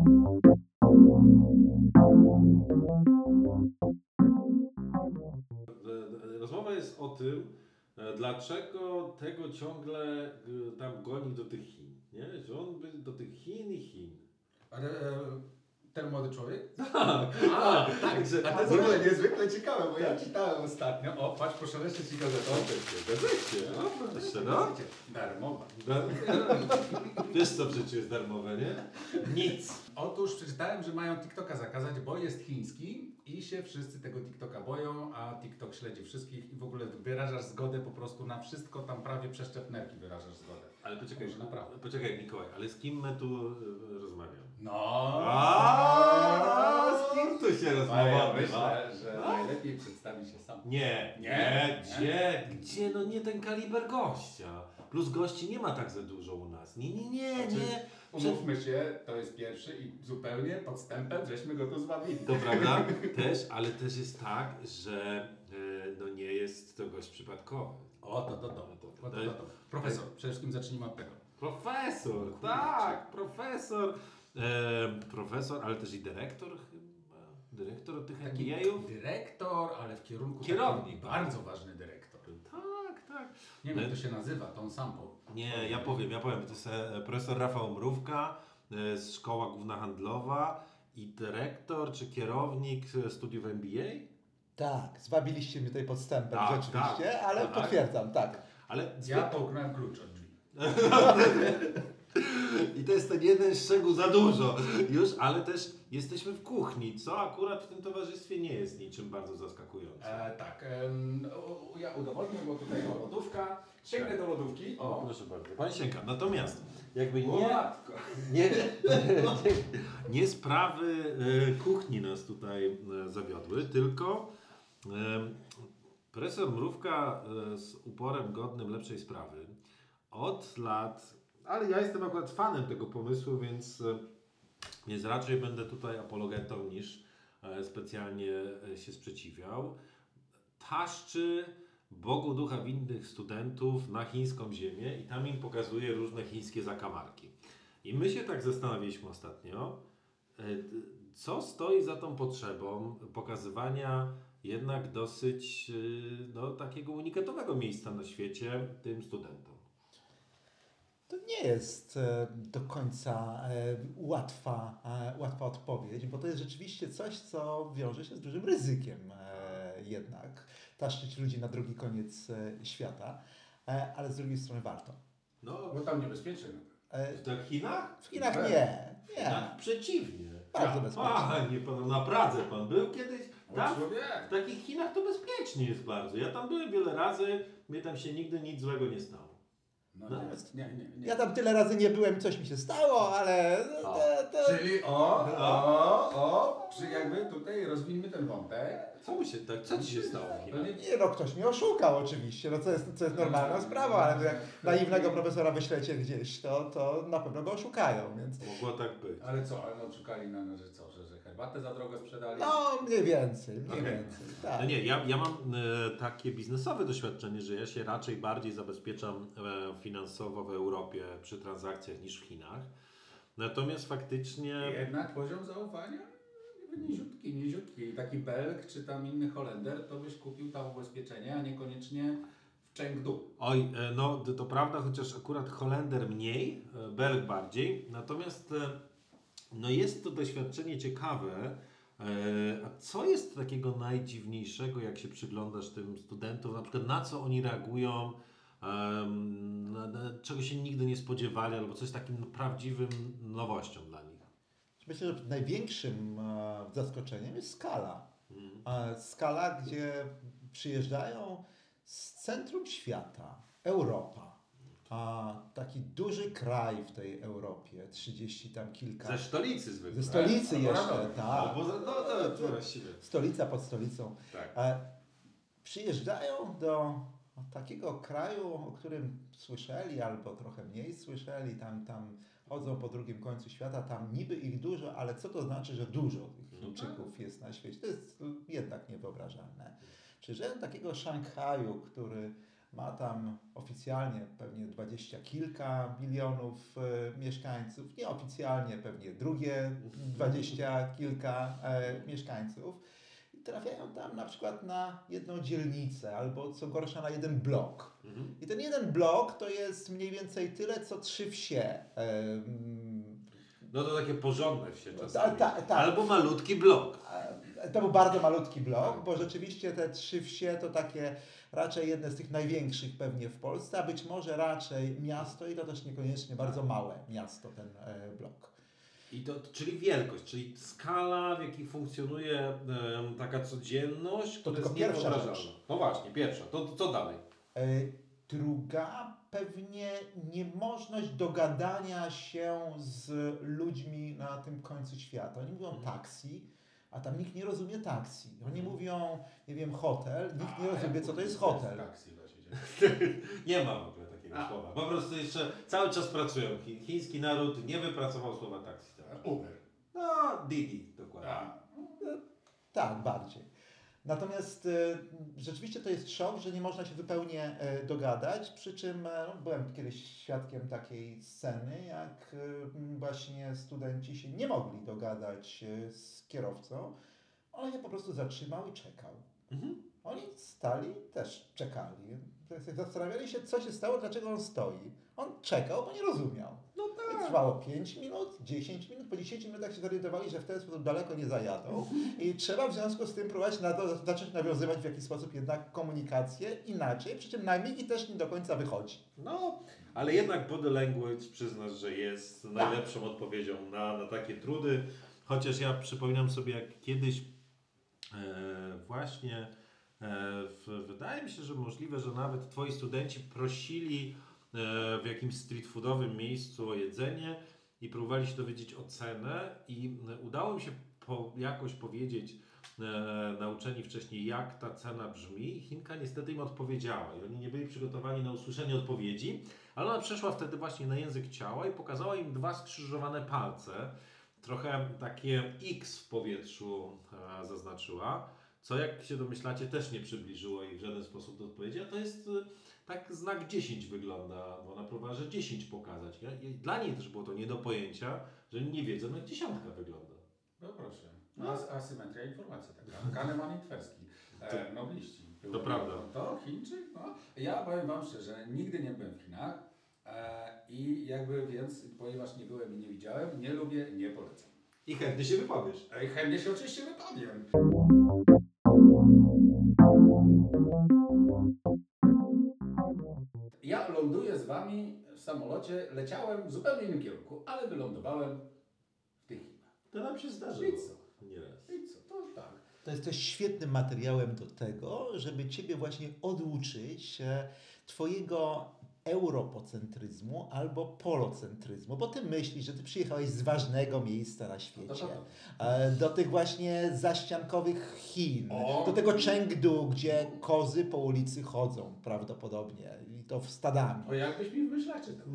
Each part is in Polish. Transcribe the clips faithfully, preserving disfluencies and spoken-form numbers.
Rozmowa jest o tym, dlaczego tego ciągle tam goni do tych Chin, nie? Że on by do tych Chin i Chin. Ale e, ten młody człowiek? Tak, A, tak. tak. Że, A to jest w ogóle niezwykle ciekawe, bo ja czytałem ostatnio. O, patrz, poszaleszczę ci gazetą. Gazecie, no proszę, no. Darmowa. Wiesz co w życiu jest darmowe, nie? Nic. Otóż przeczytałem, że mają TikToka zakazać, bo jest chiński i się wszyscy tego TikToka boją, a TikTok śledzi wszystkich i w ogóle wyrażasz zgodę po prostu na wszystko, tam prawie przeszczep nerki wyrażasz zgodę. Ale poczekaj, Może naprawdę. poczekaj Mikołaj, ale z kim my tu y, rozmawiamy? No. A, z kim tu się A rozmawia? ja myślę, że najlepiej przedstawi się sam. Nie, Nie, nie, gdzie, gdzie, no nie ten kaliber gościa. Plus gości nie ma tak za dużo u nas. Nie, nie, nie, Znaczy, nie. Umówmy się, to jest pierwszy i zupełnie podstępem żeśmy go tu zwabili. To prawda, też, ale też jest tak, że e, no nie jest to gość przypadkowy. O, to, to, to, to, to, to, to. Profesor, przede wszystkim zacznijmy od tego. Profesor, tak, profesor. E, profesor, ale też i dyrektor chyba. Dyrektor tych M B A-ów. Dyrektor, ale w kierunku Kierownik. takim bardzo ważny dyrektor. Tak, tak. Nie wiem, jak to się nazywa, tą sampo. Nie, ja powiem, ja powiem. To jest e, profesor Rafał Mrówka, e, z Szkoła Główna Handlowa i dyrektor czy kierownik e, studiów M B A. Tak, zwabiliście mnie tutaj podstępem Tak, rzeczywiście, tak, ale tak. potwierdzam, tak. Ale Ja połknąłem klucz od drzwi. I to jest ten jeden szczegół za dużo już, ale też jesteśmy w kuchni, co akurat w tym towarzystwie nie jest niczym bardzo zaskakujące. E, tak, em, o, ja udowodnię, bo tutaj o, lodówka. Sięgnę do lodówki. O, proszę bardzo. Pan sięga. Natomiast jakby O, nie, matko. nie, nie, nie sprawy e, kuchni nas tutaj e, zawiodły, tylko e, profesor Mrówka e, z uporem godnym lepszej sprawy od lat, ale ja jestem akurat fanem tego pomysłu, więc, e, więc raczej będę tutaj apologetą niż e, specjalnie e, się sprzeciwiał. Taszczy Bogu ducha winnych studentów na chińską ziemię i tam im pokazuje różne chińskie zakamarki. I my się tak zastanawialiśmy ostatnio, e, co stoi za tą potrzebą pokazywania jednak dosyć e, no, takiego unikatowego miejsca na świecie tym studentom. To nie jest e, do końca e, łatwa, e, łatwa odpowiedź, bo to jest rzeczywiście coś, co wiąże się z dużym ryzykiem e, jednak. Taszczyć ludzi na drugi koniec e, świata, e, ale z drugiej strony warto. No, Bo tam niebezpiecznie. E, w tych Chinach? w Chinach nie, nie. Tak, przeciwnie. Bardzo bezpiecznie. A, nie, pan, na Pradze pan był kiedyś? Tam, Człowiek. w takich Chinach to bezpiecznie jest bardzo. Ja tam byłem wiele razy, mnie tam się nigdy nic złego nie stało. No, No. nie, nie, nie, nie. Ja tam tyle razy nie byłem, coś mi się stało, ale no, to, to, Czyli o, o, o, przy jakby tutaj rozwijmy ten wątek. Co mu się, tak, co ci się stało w No Chinach? nie, nie, no ktoś mnie oszukał oczywiście, no co jest, co jest normalna sprawa, ale jak naiwnego profesora wyślecie gdzieś, to, to na pewno go oszukają, więc Mogło tak być. ale co, ale no szukali na no, że co, że, że herbatę za drogo sprzedali? no mniej więcej, mniej Okej. więcej, tak. No nie, ja, ja mam e, takie biznesowe doświadczenie, że ja się raczej bardziej zabezpieczam e, finansowo w Europie przy transakcjach niż w Chinach. Natomiast faktycznie... Jednak poziom zaufania niziutki, niziutki. I taki Belg czy tam inny Holender, to byś kupił tam ubezpieczenie, a niekoniecznie w Chengdu. Oj, e, no to, to prawda, chociaż akurat Holender mniej, e, Belg bardziej. Natomiast e, no jest to doświadczenie ciekawe. E, A co jest takiego najdziwniejszego, jak się przyglądasz tym studentom, na przykład na co oni reagują, em, na, na, czego się nigdy nie spodziewali, albo coś takim prawdziwym nowością dla nich? Myślę, że największym e, zaskoczeniem jest skala. Mhm. E, skala, gdzie przyjeżdżają z centrum świata, Europa. A taki duży kraj w tej Europie, trzydzieści tam kilka. Ze stolicy zwykle. Ze stolicy Albo jeszcze, Radomiak. tak. Albo za, no to, to właściwie. Stolica pod stolicą. Tak. E, przyjeżdżają do takiego kraju, o którym słyszeli albo trochę mniej słyszeli, tam, tam chodzą po drugim końcu świata, tam niby ich dużo, ale co to znaczy, że dużo tych No Chińczyków jest na świecie? To jest jednak niewyobrażalne. Przyjeżdżają do takiego Szanghaju, który Ma tam oficjalnie pewnie dwadzieścia kilka milionów e, mieszkańców, nieoficjalnie pewnie drugie dwadzieścia kilka e, mieszkańców. I trafiają tam na przykład na jedną dzielnicę albo co gorsza na jeden blok. Mhm. I ten jeden blok to jest mniej więcej tyle, co trzy wsie. Em, No to takie porządne wsie Ta- czasami. ta- tak. Albo malutki blok. E, To był bardzo malutki blok, bo rzeczywiście te trzy wsie to takie raczej jedne z tych największych pewnie w Polsce, a być może raczej miasto i to też niekoniecznie bardzo małe miasto, ten e, blok. I to, czyli wielkość, czyli skala, w jakiej funkcjonuje em, taka codzienność, która tylko jest pierwsza niewyobrażalna. rzecz. No właśnie, pierwsza. To, to co dalej? E, Druga pewnie niemożność dogadania się z ludźmi na tym końcu świata. Oni mówią Mhm. taksi, a tam nikt nie rozumie taksi. Oni Mhm. mówią, nie wiem, hotel, nikt nie A, rozumie, jak co to jest mówię, hotel. taksi właśnie się- Nie ma w ogóle takiego A. słowa. Po prostu jeszcze cały czas pracują. Chi- Chiński naród nie wypracował słowa taksi. Uber. No, Didi, dokładnie. A, Tak, bardziej. Natomiast e, rzeczywiście to jest szok, że nie można się zupełnie e, dogadać, przy czym e, no, byłem kiedyś świadkiem takiej sceny, jak e, m, właśnie studenci się nie mogli dogadać e, z kierowcą. On się po prostu zatrzymał i czekał. Mhm. Oni stali, też czekali. Zastanawiali się, co się stało, dlaczego on stoi. On czekał, bo nie rozumiał. No I trwało pięć minut, dziesięć minut, po dziesięciu minutach się zorientowali, że w ten sposób daleko nie zajadą i trzeba w związku z tym próbować na to zacząć nawiązywać w jakiś sposób jednak komunikację inaczej, przy czym na migi też nie do końca wychodzi. No, ale jednak body language przyznasz, że jest najlepszą odpowiedzią na, na takie trudy. Chociaż ja przypominam sobie, jak kiedyś e, właśnie e, w, wydaje mi się, że możliwe, że nawet twoi studenci prosili e, w jakimś street foodowym miejscu o jedzenie i próbowali się dowiedzieć o cenę i e, udało mi się po, jakoś powiedzieć e, nauczeni wcześniej, jak ta cena brzmi. Chinka niestety im odpowiedziała i oni nie byli przygotowani na usłyszenie odpowiedzi, ale ona przeszła wtedy właśnie na język ciała i pokazała im dwa skrzyżowane palce. Trochę takie X w powietrzu e, zaznaczyła, co jak się domyślacie też nie przybliżyło ich w żaden sposób do odpowiedzi, a to jest e, tak znak dziesięć wygląda, bo ona próbowała, że dziesięć pokazać. Nie? I dla niej też było to nie do pojęcia, że oni nie wiedzą, jak dziesiątka wygląda. no proszę. No, as- asymetria informacji taka. Kahneman i Tversky. E, nobliści. To prawda. To Chińczyk? No. Ja powiem Wam szczerze, nigdy nie byłem w Chinach e, i jakby więc, ponieważ nie byłem i nie widziałem, nie lubię, nie polecam. I chętnie się wypowiesz. E, chętnie się oczywiście wypowiem. Ja ląduję z Wami w samolocie, leciałem w zupełnie innym kierunku, ale wylądowałem w tych Chinach. To nam się I zdarzyło. co? Nieraz. I co? To tak. To jest też świetnym materiałem do tego, żeby Ciebie właśnie oduczyć e, Twojego europocentryzmu albo polocentryzmu, bo Ty myślisz, że Ty przyjechałeś z ważnego miejsca na To, to, świecie, to. e, do tych właśnie zaściankowych Chin, O! do tego Chengdu, gdzie kozy po ulicy chodzą prawdopodobnie i to w stadami. O jakbyś mi wymyślacie to.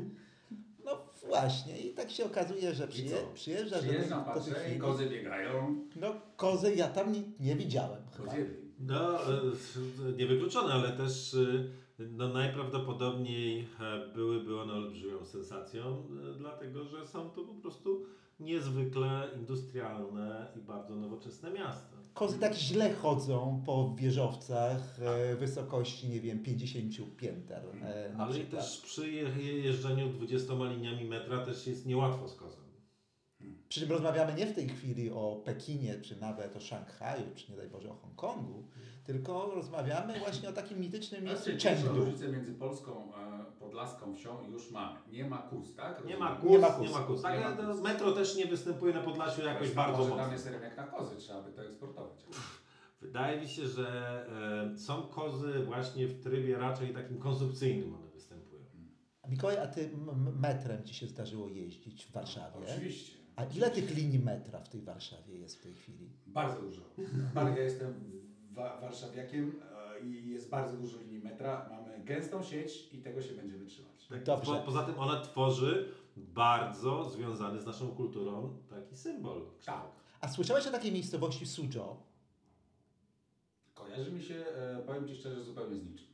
No właśnie i tak się okazuje, że I przyje, co? przyjeżdżasz do, Przyjeżdżam, tych- do tych patrzę i Chin. kozy biegają. No kozy ja tam nie, nie widziałem chyba. Kozy. No, e, niewykluczone, ale też e, no, najprawdopodobniej e, byłyby one olbrzymią sensacją, e, dlatego że są to po prostu niezwykle industrialne i bardzo nowoczesne miasta. Kozy tak źle chodzą po wieżowcach e, wysokości, nie wiem, pięćdziesiąt pięter. E, na Ale i przykład. też przy je- jeżdżeniu dwudziestoma liniami metra też jest niełatwo z kozem. Przy czym rozmawiamy nie w tej chwili o Pekinie, czy nawet o Szanghaju, czy nie daj Boże o Hongkongu, tylko rozmawiamy właśnie o takim mitycznym miejscu Znaczy, pierwszą Chengdu. różnicę między polską e, podlaską wsią już mamy. Nie ma kóz, tak? Nie ma Rozumiem? kóz, Nie nie ma ma kóz. kóz. Tak, Nie ma ale to kóz. metro też nie występuje na Podlasiu jakoś bardzo Może mocno. tam jest rynek na kozy, trzeba by to eksportować. Wydaje mi się, że e, są kozy właśnie w trybie raczej takim konsumpcyjnym one występują. A Mikołaj, a Ty m- m- metrem Ci się zdarzyło jeździć w Warszawie? Oczywiście. A ile tych linii metra w tej Warszawie jest w tej chwili? Bardzo dużo. Bardzo, ja jestem wa- warszawiakiem e, i jest bardzo dużo linii metra. Mamy gęstą sieć i tego się będziemy trzymać. Tak, Dobrze. Po, poza tym ona tworzy bardzo związany z naszą kulturą taki symbol. Tak. A słyszałeś o takiej miejscowości Suzhou? Kojarzy mi się, e, powiem Ci szczerze, zupełnie z niczym.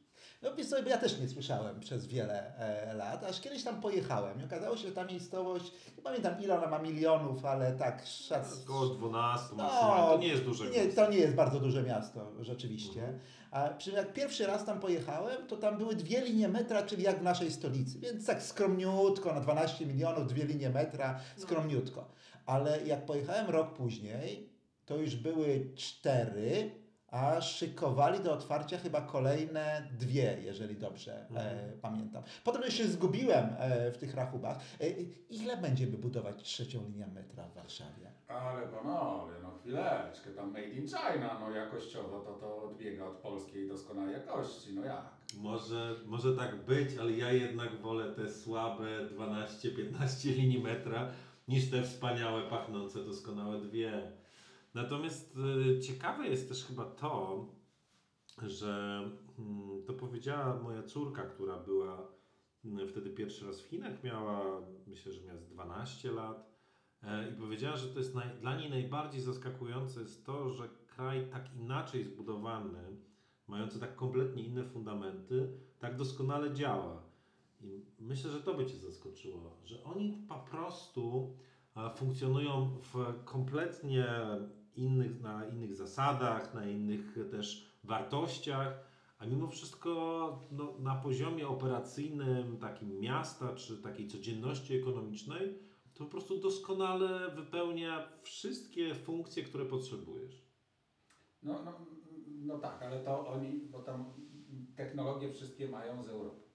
No wiesz sobie, ja też nie słyszałem przez wiele e, lat, aż kiedyś tam pojechałem i okazało się, że ta miejscowość, nie pamiętam ile ona ma milionów, ale tak szac... Około dwanaście No, maksymalnie, to nie jest duże nie, miasto. to nie jest bardzo duże miasto, rzeczywiście. Mhm. A przy czym jak pierwszy raz tam pojechałem, to tam były dwie linie metra, czyli jak w naszej stolicy. Więc tak skromniutko, na dwanaście milionów, dwie linie metra, skromniutko. Ale jak pojechałem rok później, to już były cztery, a szykowali do otwarcia chyba kolejne dwie, jeżeli dobrze e, Mhm. pamiętam. Potem już się zgubiłem e, w tych rachubach. E, ile będziemy budować trzecią linię metra w Warszawie? Ale panowie, no chwileczkę, tam made in China, no jakościowo to to odbiega od polskiej doskonałej jakości, no jak? Może, może tak być, ale ja jednak wolę te słabe dwanaście piętnaście linii metra niż te wspaniałe, pachnące, doskonałe dwie. Natomiast y, ciekawe jest też chyba to, że mm, to powiedziała moja córka, która była mm, wtedy pierwszy raz w Chinach, miała, myślę, że miała z dwanaście lat e, i powiedziała, że to jest naj, dla niej najbardziej zaskakujące jest to, że kraj tak inaczej zbudowany, mający tak kompletnie inne fundamenty, tak doskonale działa. I myślę, że to by Cię zaskoczyło, że oni po prostu e, funkcjonują w kompletnie innych, na innych zasadach, na innych też wartościach, a mimo wszystko no, na poziomie operacyjnym takim miasta czy takiej codzienności ekonomicznej to po prostu doskonale wypełnia wszystkie funkcje, które potrzebujesz. No, no, no tak, ale to oni, bo tam technologie wszystkie mają z Europy.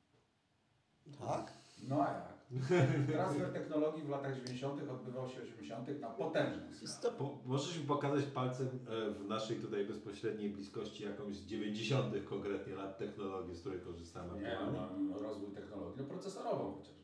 Tak? No a jak? Transfer technologii w latach dziewięćdziesiątych odbywał się w osiemdziesiątych na potężnej Jest skali. to Po, możesz mi pokazać palcem e, w naszej tutaj bezpośredniej bliskości jakąś z dziewięćdziesiątych konkretnie lat technologii, z której korzystamy Nie, aktualnie? no, no, rozwój technologii, no procesorową chociażby.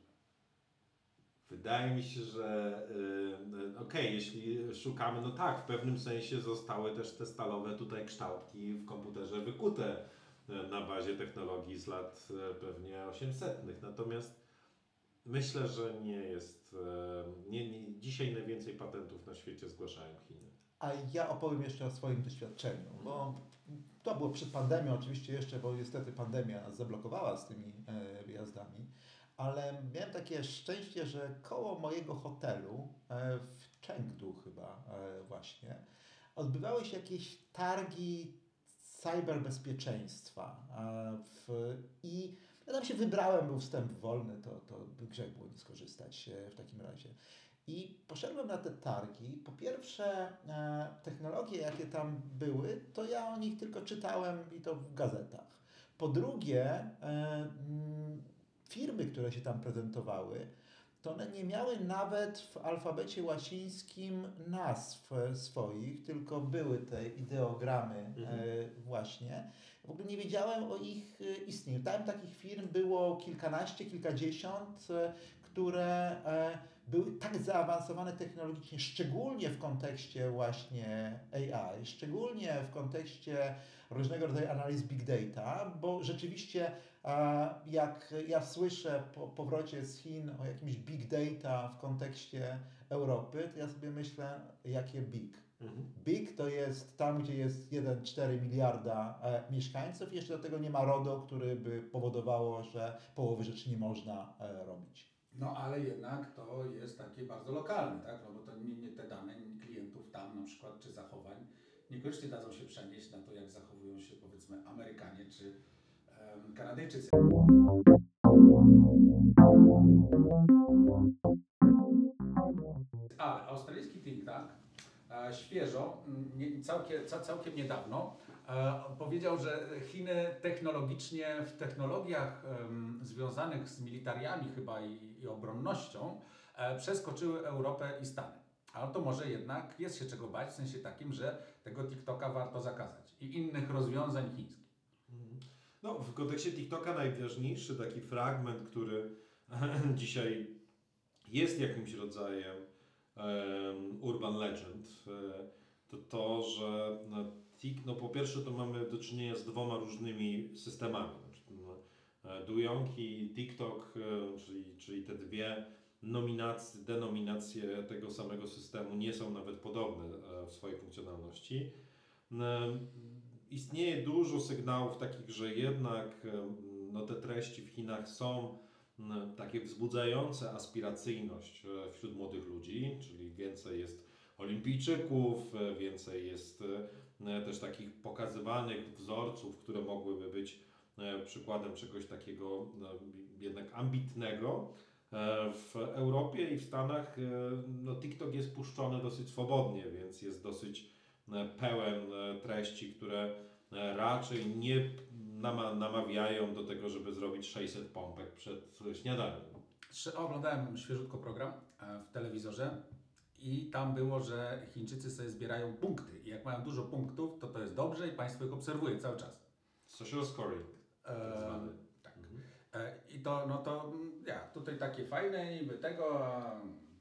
Wydaje mi się, że yy, okej, jeśli szukamy, no tak, w pewnym sensie zostały też te stalowe tutaj kształtki w komputerze wykute e, na bazie technologii z lat e, pewnie osiemsetnych. Natomiast myślę, że nie jest, e, nie, nie, dzisiaj najwięcej patentów na świecie zgłaszają Chiny. A ja opowiem jeszcze o swoim doświadczeniu, bo to było przed pandemią oczywiście jeszcze, bo niestety pandemia nas zablokowała z tymi e, wyjazdami, ale miałem takie szczęście, że koło mojego hotelu e, w Chengdu chyba e, właśnie odbywały się jakieś targi cyberbezpieczeństwa e, w, i ja tam się wybrałem, był wstęp wolny, to, to by grzech było nie skorzystać e, w takim razie. I poszedłem na te targi. Po pierwsze, e, technologie, jakie tam były, to ja o nich tylko czytałem i to w gazetach. Po drugie, e, mm, firmy, które się tam prezentowały, to one nie miały nawet w alfabecie łacińskim nazw e, swoich, tylko były te ideogramy e, Mhm. właśnie. W ogóle nie wiedziałem o ich e, istnieniu. Tam takich firm było kilkanaście, kilkadziesiąt, e, które e, były tak zaawansowane technologicznie, szczególnie w kontekście właśnie A I, szczególnie w kontekście różnego rodzaju analiz big data, bo rzeczywiście a, jak ja słyszę po powrocie z Chin o jakimś big data w kontekście Europy, to ja sobie myślę, jakie big. Mhm. Big to jest tam, gdzie jest jeden przecinek cztery miliarda e, mieszkańców i jeszcze do tego nie ma RODO, który by powodowało, że połowy rzeczy nie można e, robić. No ale jednak to jest takie bardzo lokalne, tak? No bo to nie, nie te dane klientów tam na przykład, czy zachowań, niekoniecznie dadzą się przenieść na to, jak zachowują się powiedzmy Amerykanie czy em, Kanadyjczycy. Ale australijski think tank e, świeżo, m, nie, całkiem, ca, całkiem niedawno, e, powiedział, że Chiny technologicznie, w technologiach em, związanych z militariami chyba i, i obronnością e, przeskoczyły Europę i Stany. Ale to może jednak jest się czego bać, w sensie takim, że tego TikToka warto zakazać i innych rozwiązań chińskich. Mhm. No, w kontekście TikToka najważniejszy taki fragment, który dzisiaj jest jakimś rodzajem um, urban legend, e, to to, że no, tik, no po pierwsze to mamy do czynienia z dwoma różnymi systemami. Znaczy, no, e, Duyong i TikTok, e, czyli, czyli te dwie nominacje, denominacje tego samego systemu nie są nawet podobne e, w swojej funkcjonalności. E, istnieje dużo sygnałów takich, że jednak em, no, te treści w Chinach są m, takie wzbudzające aspiracyjność e, wśród młodych ludzi, czyli więcej jest olimpijczyków, e, więcej jest e, też takich pokazywanych wzorców, które mogłyby być e, przykładem czegoś takiego no, jednak ambitnego. E, W Europie i w Stanach e, no, TikTok jest puszczony dosyć swobodnie, więc jest dosyć e, pełen e, treści, które e, raczej nie nama- namawiają do tego, żeby zrobić sześćset pompek przed śniadaniem. Sz- Oglądałem świeżutko program e, w telewizorze i tam było, że Chińczycy sobie zbierają punkty i jak mają dużo punktów, to to jest dobrze i państwo ich obserwuje cały czas. Social scoring. tak E, zwany. tak. Mhm. E, I to, no to, mm, ja, tutaj takie fajne niby tego, a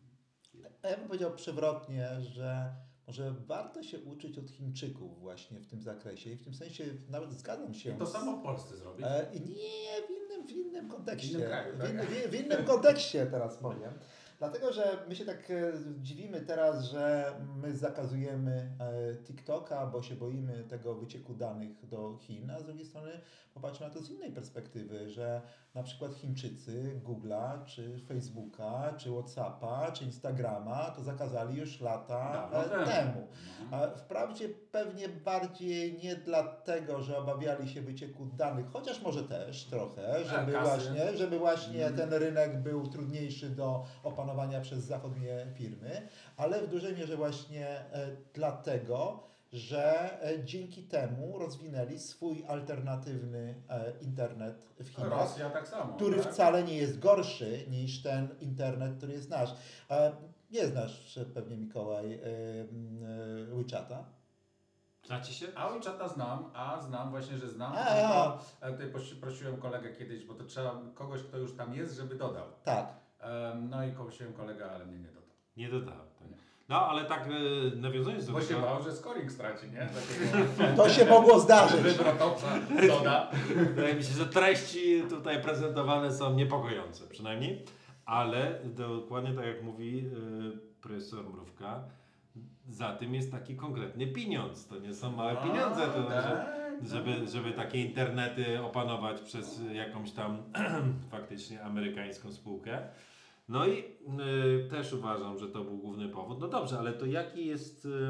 A ja bym powiedział przewrotnie, że może warto się uczyć od Chińczyków właśnie w tym zakresie i w tym sensie nawet zgadzam się. i to z- samo w Polsce zrobić. E, i nie, w innym, w innym kontekście. W innym kraju, w, tak? inny, w, w innym kontekście teraz powiem. Dlatego, że my się tak e, dziwimy teraz, że my zakazujemy e, TikToka, bo się boimy tego wycieku danych do Chin, a z drugiej strony popatrzmy na to z innej perspektywy, że na przykład Chińczycy Google'a, czy Facebooka, czy Whatsappa, czy Instagrama to zakazali już lata Dawno e, temu. temu. No. A wprawdzie pewnie bardziej nie dlatego, że obawiali się wycieku danych, chociaż może też trochę, żeby kasy. właśnie, żeby właśnie Mm. ten rynek był trudniejszy do opanowania przez zachodnie firmy, ale w dużej mierze właśnie e, dlatego, że e, dzięki temu rozwinęli swój alternatywny e, internet w Chinach, Rosja tak samo. który tak? wcale nie jest gorszy niż ten internet, który jest nasz. E, Nie znasz e, pewnie, Mikołaj, e, e, WeChata? Znacie się? A WeChata znam, a znam właśnie, że znam. A, tylko, a. e, Tutaj posi- prosiłem kolegę kiedyś, bo to trzeba kogoś, kto już tam jest, żeby dodał. Tak. Em, No i prosiłem kolegę, ale mnie nie dodał. Nie dodałem. Tak. No ale tak e, nawiązując do Bo się tego, bał, że scoring straci, nie? Takiego To się mogło zdarzyć. wywrotowca doda. wydaje mi się, że treści tutaj prezentowane są niepokojące przynajmniej, ale dokładnie tak jak mówi e, profesor Mrówka, za tym jest taki konkretny pieniądz. To nie są małe pieniądze, to, tak, że, żeby, żeby takie internety opanować przez jakąś tam faktycznie amerykańską spółkę. No i y, też uważam, że to był główny powód. No dobrze, ale to jaki jest, y,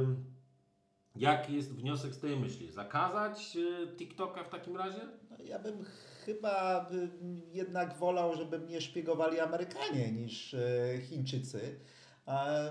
jaki jest wniosek z tej myśli? Zakazać y, TikToka w takim razie? No, ja bym chyba y, jednak wolał, żeby mnie szpiegowali Amerykanie niż e, Chińczycy. E,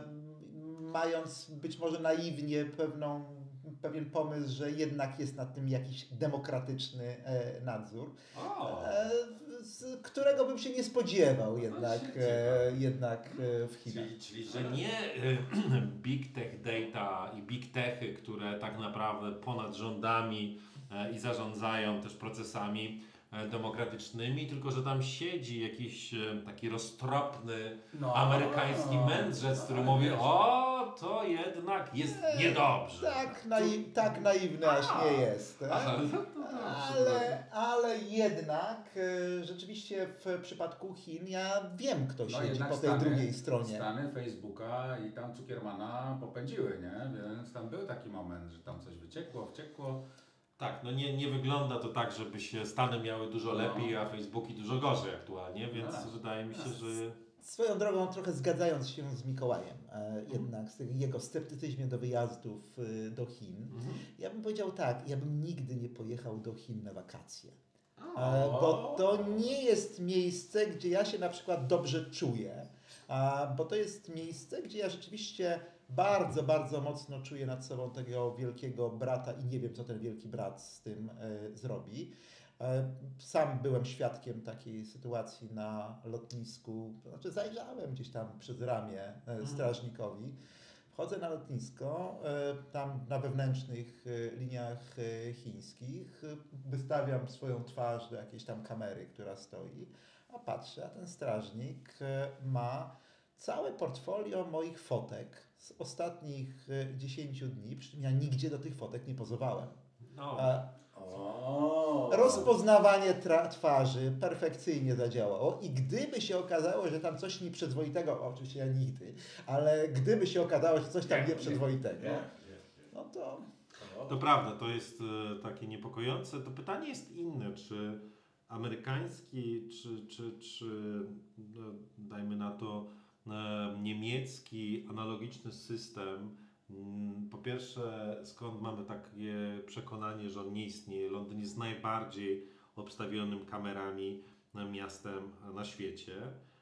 Mając być może naiwnie pewną, pewien pomysł, że jednak jest nad tym jakiś demokratyczny e, nadzór, O, e, z którego bym się nie spodziewał No jednak, się e, ciekawe. jednak e, w Chinach. czyli, czyli że nie y, big tech data i big techy, które tak naprawdę ponad rządami e, i zarządzają też procesami e, demokratycznymi, tylko że tam siedzi jakiś e, taki roztropny No, amerykański mędrzec, który tak, mówi, wiesz. o, to jednak jest niedobrze. Tak, nai- tak naiwny aż nie jest. Aha, no to dobrze. Ale, ale jednak e, rzeczywiście w przypadku Chin ja wiem, kto No siedzi jednak po tej Stany- drugiej stronie. Stany Facebooka i tam Zuckermana popędziły, nie? Więc tam był taki moment, że tam coś wyciekło, wciekło. Tak, no nie, nie wygląda to tak, żeby się Stany miały dużo No. lepiej, a Facebooki dużo gorzej aktualnie, więc No. wydaje mi się, że... Swoją drogą, trochę zgadzając się z Mikołajem, e, jednak z tych- jego sceptycyzmie do wyjazdów e, do Chin, Mhm. ja bym powiedział tak, ja bym nigdy nie pojechał do Chin na wakacje. E, O. Bo to nie jest miejsce, gdzie ja się na przykład dobrze czuję, a, bo to jest miejsce, gdzie ja rzeczywiście bardzo, bardzo mocno czuję nad sobą tego wielkiego brata i nie wiem, co ten wielki brat z tym e, zrobi. E, Sam byłem świadkiem takiej sytuacji na lotnisku, to znaczy zajrzałem gdzieś tam przez ramię e, strażnikowi. Wchodzę na lotnisko, e, tam na wewnętrznych e, liniach e, chińskich, e, wystawiam swoją twarz do jakiejś tam kamery, która stoi, a patrzę, a ten strażnik e, ma całe portfolio moich fotek z ostatnich e, dziesięciu dni, przy czym ja nigdzie do tych fotek nie pozowałem. No. A O. rozpoznawanie tra- twarzy perfekcyjnie zadziałało i gdyby się okazało, że tam coś nieprzyzwoitego, oczywiście ja nigdy, ale gdyby się okazało, że coś tam Nie, nieprzyzwoitego, nie, nie. no to O, To prawda, to jest e, takie niepokojące. To pytanie jest inne, czy amerykański, czy, czy, czy no, dajmy na to e, niemiecki analogiczny system. mm, Po pierwsze, skąd mamy takie przekonanie, że on nie istnieje? Londyn jest najbardziej obstawionym kamerami e, miastem na świecie.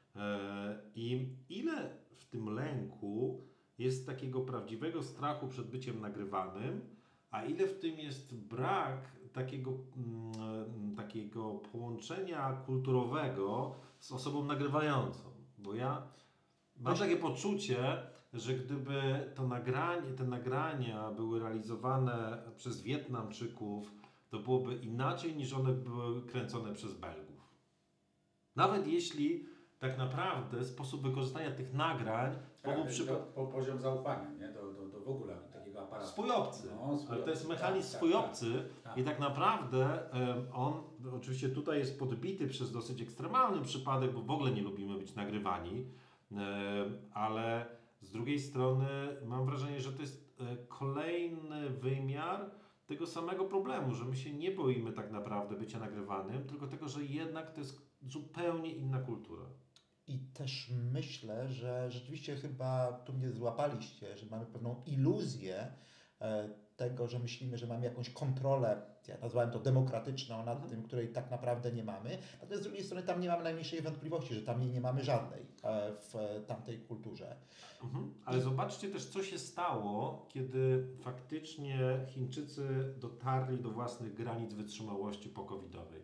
E, I ile w tym lęku jest takiego prawdziwego strachu przed byciem nagrywanym, a ile w tym jest brak takiego, mm, takiego połączenia kulturowego z osobą nagrywającą. Bo ja mam takie poczucie, że gdyby to nagranie, te nagrania były realizowane przez Wietnamczyków, to byłoby inaczej niż one były kręcone przez Belgów. Nawet jeśli tak naprawdę sposób wykorzystania tych nagrań Tak, był to przy... po, poziom zaufania, nie? Do, do, do w ogóle takiego aparatu. swój obcy. No, swój Ale to jest obcy, mechanizm tak, swój tak, obcy tak. i tak naprawdę em, on oczywiście tutaj jest podbity przez dosyć ekstremalny przypadek, bo w ogóle nie lubimy być nagrywani, em, ale z drugiej strony mam wrażenie, że to jest e, kolejny wymiar tego samego problemu, że my się nie boimy tak naprawdę bycia nagrywanym, tylko tego, że jednak to jest zupełnie inna kultura. I też myślę, że rzeczywiście chyba tu mnie złapaliście, że mamy pewną iluzję e, tego, że myślimy, że mamy jakąś kontrolę, ja nazwałem to demokratyczną, nad tym, której tak naprawdę nie mamy. Natomiast z drugiej strony tam nie mamy najmniejszej wątpliwości, że tam jej nie mamy żadnej e, w e, tamtej kulturze. Mhm. Ale zobaczcie też, co się stało, kiedy faktycznie Chińczycy dotarli do własnych granic wytrzymałości pokowidowej.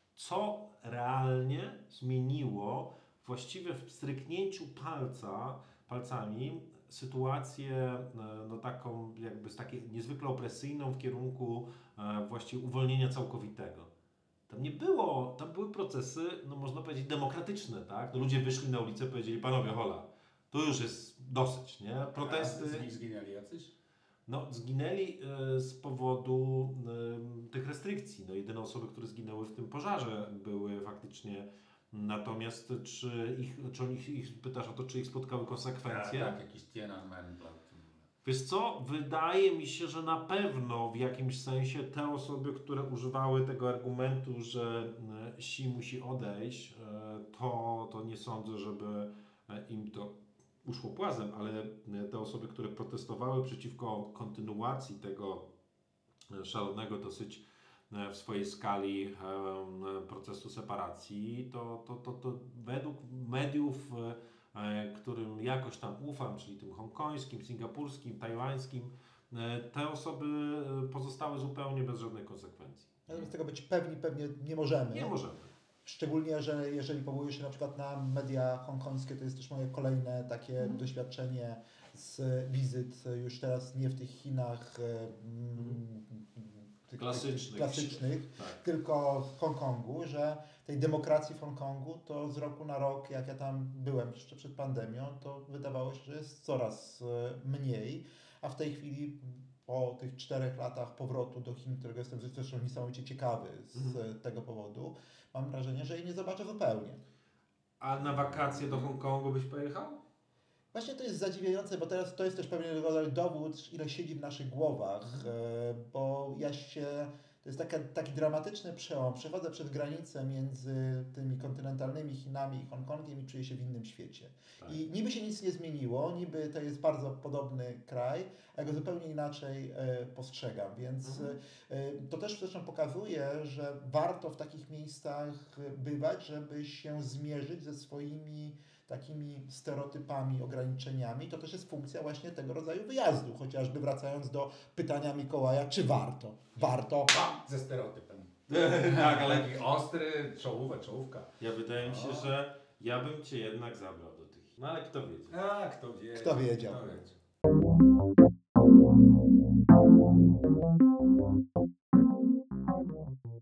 Co realnie zmieniło właściwie w stryknięciu palca, palcami sytuację e, no taką jakby z takiej niezwykle opresyjną w kierunku e, właściwie uwolnienia całkowitego. Tam nie było, tam były procesy, no można powiedzieć, demokratyczne, tak? No ludzie wyszli na ulicę i powiedzieli, panowie hola, to już jest dosyć, nie? Protesty. A z nich zginęli jacyś? No, zginęli e, z powodu e, tych restrykcji. No, jedyne osoby, które zginęły w tym pożarze były faktycznie. Natomiast czy ich, czy ich, ich pytasz o to, czy ich spotkały konsekwencje? Tak, tak, jakiś Tiananmen. Wiesz co, wydaje mi się, że na pewno w jakimś sensie te osoby, które używały tego argumentu, że e, Xi musi odejść, e, to, to nie sądzę, żeby e, im to uszło płazem, ale e, te osoby, które protestowały przeciwko kontynuacji tego e, szalonego dosyć e, w swojej skali e, procesu separacji, to, to, to, to według mediów e, e, którym jakoś tam ufam, czyli tym hongkońskim, singapurskim, tajwańskim, e, te osoby e, pozostały zupełnie bez żadnych konsekwencji. Natomiast tego być pewni pewnie nie możemy. Nie możemy. Szczególnie, że jeżeli powołujesz się na przykład na media hongkońskie, to jest też moje kolejne takie Mhm. doświadczenie z wizyt już teraz nie w tych Chinach mm, tych, Klasycznych. tych klasycznych, Tak. tylko w Hongkongu, że tej demokracji w Hongkongu to z roku na rok, jak ja tam byłem jeszcze przed pandemią, to wydawało się, że jest coraz e, mniej, a w tej chwili po tych czterech latach powrotu do Chin, którego jestem zresztą niesamowicie ciekawy z Mhm. tego powodu, mam wrażenie, że jej nie zobaczę zupełnie. A na wakacje do Hongkongu byś pojechał? Właśnie to jest zadziwiające, bo teraz to jest też pewien rodzaj dowód, ile siedzi w naszych głowach, e, bo ja się, to jest taka, taki dramatyczny przełom, przechodzę przez granicę między tymi kontynentalnymi Chinami i Hongkongiem i czuję się w innym świecie. Tak. I niby się nic nie zmieniło, niby to jest bardzo podobny kraj, a ja go zupełnie inaczej e, postrzegam, więc Mhm. e, to też zresztą pokazuje, że warto w takich miejscach bywać, żeby się zmierzyć ze swoimi takimi stereotypami, ograniczeniami. To też jest funkcja właśnie tego rodzaju wyjazdu, chociażby wracając do pytania Mikołaja, czy warto? Warto. Bam! Ze stereotypem. Tak, ale Taki ostry, czołówę, czołówka. ja wydaje mi się, No. że ja bym Cię jednak zabrał do tych. No ale kto wie. A, kto wie. Kto wiedział. Kto wiedział.